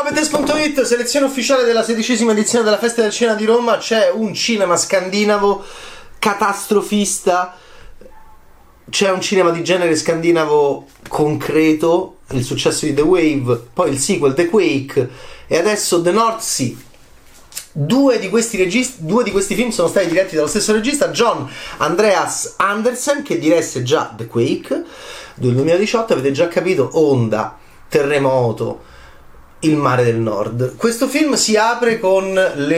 Betes.it, selezione ufficiale della 16ª edizione della Festa del Cinema di Roma. C'è un cinema scandinavo catastrofista, c'è un cinema di genere scandinavo concreto, il successo di The Wave, poi il sequel The Quake e adesso The North Sea. Due di questi film sono stati diretti dallo stesso regista, John Andreas Andersen, che diresse già The Quake del 2018. Avete già capito: onda, terremoto, il mare del nord. Questo film si apre con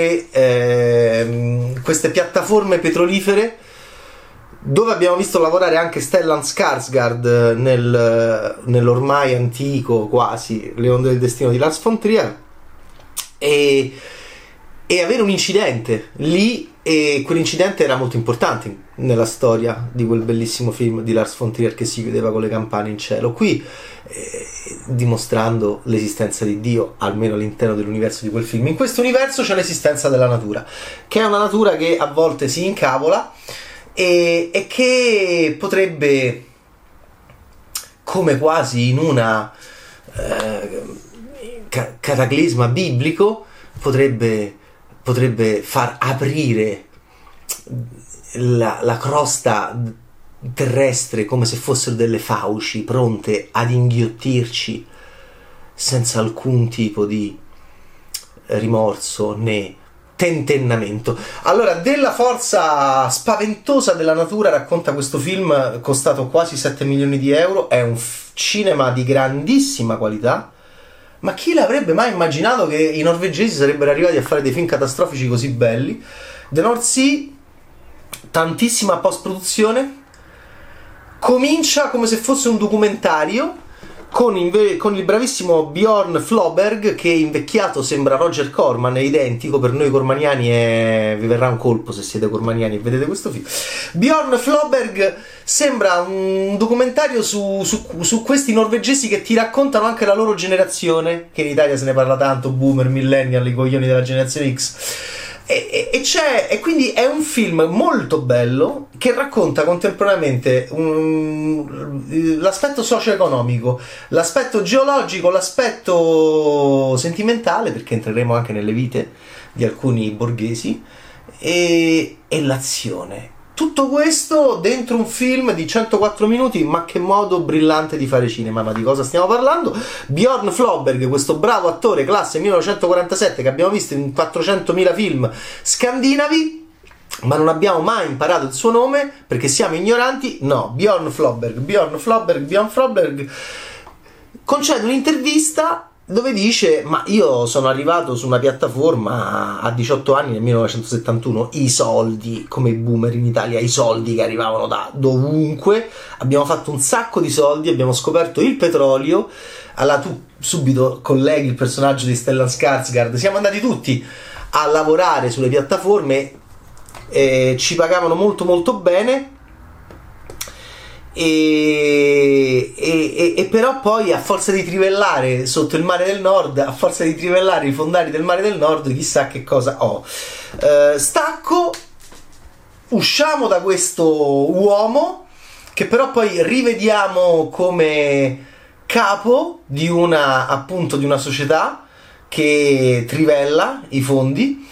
queste piattaforme petrolifere, dove abbiamo visto lavorare anche Stellan Skarsgård nell'ormai antico quasi Le onde del destino di Lars von Trier, e avere un incidente lì, e quell'incidente era molto importante nella storia di quel bellissimo film di Lars von Trier che si chiudeva con le campane in cielo. Qui dimostrando l'esistenza di Dio, almeno all'interno dell'universo di quel film. In questo universo c'è l'esistenza della natura, che è una natura che a volte si incavola e che potrebbe, come quasi in una cataclisma biblico, potrebbe far aprire la crosta terrestre come se fossero delle fauci pronte ad inghiottirci senza alcun tipo di rimorso né tentennamento. Allora, della forza spaventosa della natura racconta questo film, costato quasi 7 milioni di euro. È un cinema di grandissima qualità, ma chi l'avrebbe mai immaginato che i norvegesi sarebbero arrivati a fare dei film catastrofici così belli? The North Sea, tantissima post-produzione, comincia come se fosse un documentario con il bravissimo Bjorn Floberg, che invecchiato sembra Roger Corman, è identico. Per noi cormaniani vi verrà un colpo se siete cormaniani e vedete questo film. Bjorn Floberg sembra un documentario su questi norvegesi che ti raccontano anche la loro generazione, che in Italia se ne parla tanto, boomer, millennial, i coglioni della generazione X. E quindi è un film molto bello che racconta contemporaneamente l'aspetto socio-economico, l'aspetto geologico, l'aspetto sentimentale, perché entreremo anche nelle vite di alcuni borghesi, e l'azione. Tutto questo dentro un film di 104 minuti, ma che modo brillante di fare cinema. Ma di cosa stiamo parlando? Bjorn Floberg, questo bravo attore classe 1947 che abbiamo visto in 400.000 film scandinavi, ma non abbiamo mai imparato il suo nome perché siamo ignoranti. No, Bjorn Floberg concede un'intervista dove dice: ma io sono arrivato su una piattaforma a 18 anni nel 1971, i soldi, come i boomer in Italia, i soldi che arrivavano da dovunque, abbiamo fatto un sacco di soldi, abbiamo scoperto il petrolio. Allora tu subito colleghi il personaggio di Stellan Skarsgård, siamo andati tutti a lavorare sulle piattaforme, ci pagavano molto molto bene, e però poi, a forza di trivellare sotto il mare del nord, a forza di trivellare i fondali del mare del nord, chissà che cosa ho. Stacco, usciamo da questo uomo che però poi rivediamo come capo di una società che trivella i fondi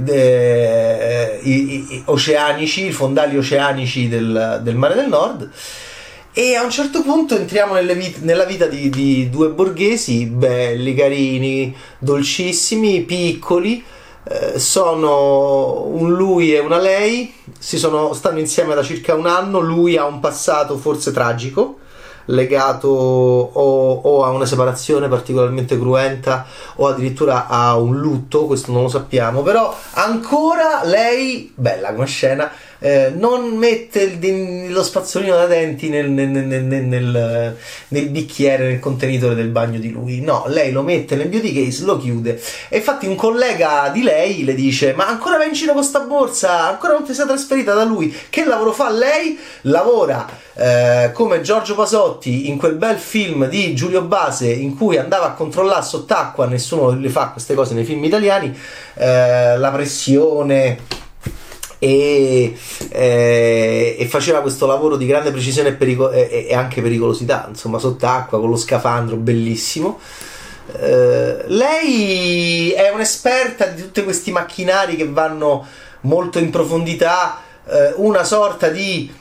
oceanici, i fondali oceanici del mare del nord. E a un certo punto entriamo nella vita di due borghesi belli, carini, dolcissimi, piccoli. Sono un lui e una lei, stanno insieme da circa un anno. Lui ha un passato forse tragico, legato o a una separazione particolarmente cruenta o addirittura a un lutto, questo non lo sappiamo, però ancora lei, bella come scena, non mette lo spazzolino da denti nel bicchiere, nel contenitore del bagno di lui. No, lei lo mette nel beauty case, lo chiude. E infatti un collega di lei le dice: ma ancora vai in giro con sta borsa? Ancora non ti sei trasferita da lui? Che lavoro fa lei? Lavora come Giorgio Pasotti in quel bel film di Giulio Base in cui andava a controllare sott'acqua. Nessuno le fa queste cose nei film italiani, la pressione, e faceva questo lavoro di grande precisione e anche pericolosità, insomma, sott'acqua con lo scafandro bellissimo. Lei è un'esperta di tutti questi macchinari che vanno molto in profondità, una sorta di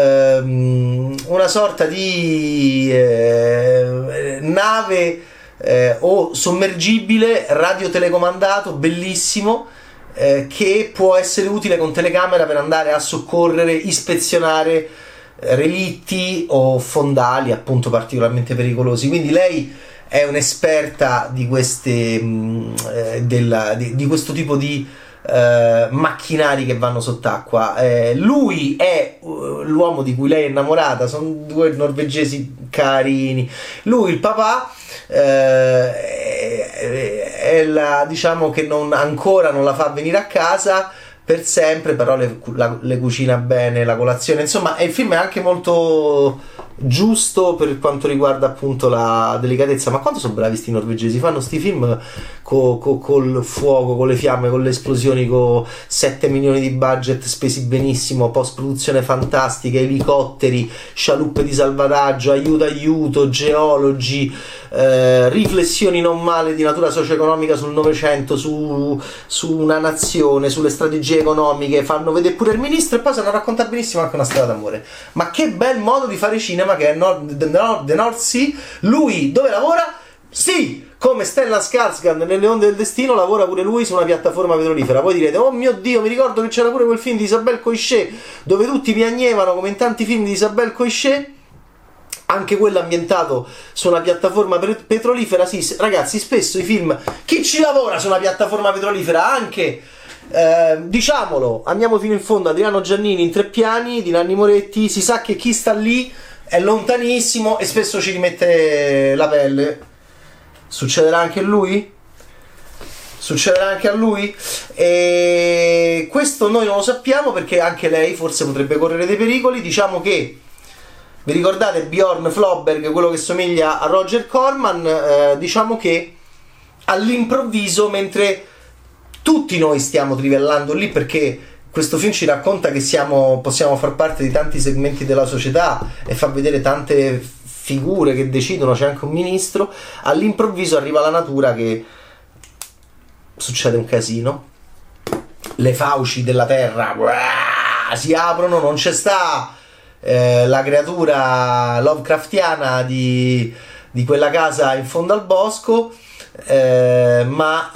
nave o sommergibile radiotelecomandato bellissimo, che può essere utile con telecamera per andare a soccorrere, ispezionare relitti o fondali appunto particolarmente pericolosi. Quindi lei è un'esperta di queste di questo tipo di macchinari che vanno sott'acqua. Lui è l'uomo di cui lei è innamorata, sono due norvegesi carini. Lui, il papà, diciamo che ancora non la fa venire a casa per sempre, però le cucina bene la colazione. Insomma, il film è anche molto giusto per quanto riguarda appunto la delicatezza. Ma quanto sono bravi sti norvegesi, fanno sti film col fuoco, con le fiamme, con le esplosioni, con 7 milioni di budget spesi benissimo, post produzione fantastica, elicotteri, scialuppe di salvataggio, aiuto, geologi, riflessioni non male di natura socio-economica sul Novecento, su una nazione, sulle strategie economiche. Fanno vedere pure il ministro e poi sanno raccontare benissimo anche una storia d'amore. Ma che bel modo di fare cinema che è The North Sea. Lui dove lavora? Sì, come Stellan Skarsgård nelle Onde del Destino lavora pure lui su una piattaforma petrolifera. Voi direte: oh mio Dio, mi ricordo che c'era pure quel film di Isabelle Coixet dove tutti piagnevano, come in tanti film di Isabelle Coixet. Anche quello ambientato su una piattaforma petrolifera. Sì, ragazzi, spesso i film, chi ci lavora su una piattaforma petrolifera? Anche diciamolo, andiamo fino in fondo, Adriano Giannini in 3 piani di Nanni Moretti. Si sa che chi sta lì è lontanissimo e spesso ci rimette la pelle. Succederà anche a lui? Succederà anche a lui? E questo noi non lo sappiamo, perché anche lei forse potrebbe correre dei pericoli. Diciamo che, vi ricordate Bjorn Floberg, quello che somiglia a Roger Corman? Diciamo che all'improvviso, mentre tutti noi stiamo trivellando lì, perché questo film ci racconta che possiamo far parte di tanti segmenti della società e fa vedere tante figure che decidono, c'è anche un ministro, all'improvviso arriva la natura, che succede un casino, le fauci della terra si aprono, non c'è sta la creatura Lovecraftiana di quella casa in fondo al bosco, ma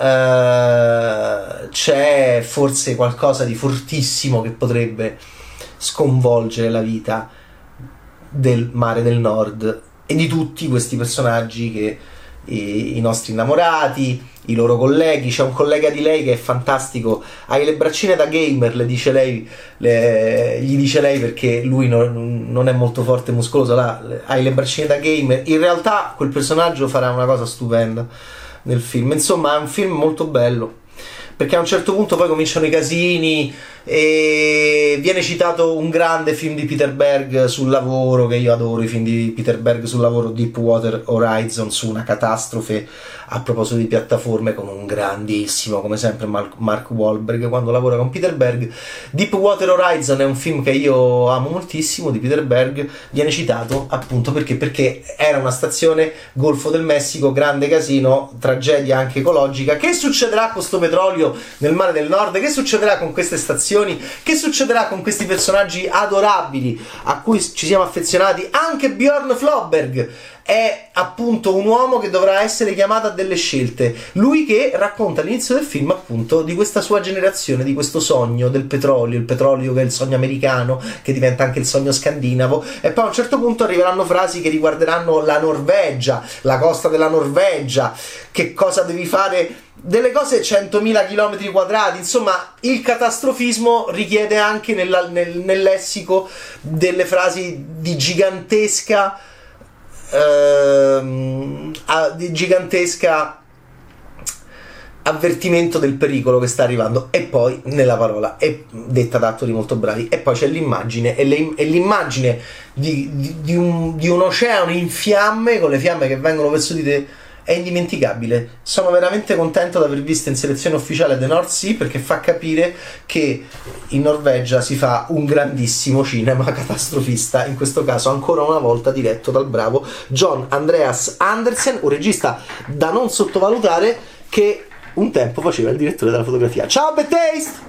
c'è forse qualcosa di fortissimo che potrebbe sconvolgere la vita del Mare del Nord e di tutti questi personaggi, che i nostri innamorati, i loro colleghi. C'è un collega di lei che è fantastico, hai le braccine da gamer, gli dice lei, perché lui non è molto forte e muscoloso. Hai le braccine da gamer. In realtà quel personaggio farà una cosa stupenda nel film. Insomma, è un film molto bello, perché a un certo punto poi cominciano i casini e viene citato un grande film di Peter Berg sul lavoro, che io adoro i film di Peter Berg sul lavoro, Deepwater Horizon, su una catastrofe a proposito di piattaforme, con un grandissimo, come sempre, Mark Wahlberg quando lavora con Peter Berg. Deepwater Horizon è un film che io amo moltissimo, di Peter Berg. Viene citato appunto perché era una stazione Golfo del Messico, grande casino, tragedia anche ecologica. Che succederà con sto petrolio nel Mare del Nord? Che succederà con queste stazioni? Che succederà con questi personaggi adorabili a cui ci siamo affezionati? Anche Bjorn Floberg è appunto un uomo che dovrà essere chiamato a delle scelte. Lui che racconta all'inizio del film appunto di questa sua generazione, di questo sogno del petrolio, il petrolio che è il sogno americano, che diventa anche il sogno scandinavo, e poi a un certo punto arriveranno frasi che riguarderanno la Norvegia, la costa della Norvegia, che cosa devi fare, delle cose 100.000 km quadrati. Insomma, il catastrofismo richiede anche nel lessico delle frasi di gigantesca avvertimento del pericolo che sta arrivando. E poi nella parola è detta da attori molto bravi. E poi c'è l'immagine, e l'immagine di un oceano in fiamme, con le fiamme che vengono verso di te, è indimenticabile. Sono veramente contento di aver visto in selezione ufficiale The North Sea, perché fa capire che in Norvegia si fa un grandissimo cinema catastrofista, in questo caso ancora una volta diretto dal bravo John Andreas Andersen, un regista da non sottovalutare che un tempo faceva il direttore della fotografia. Ciao Bad Taste!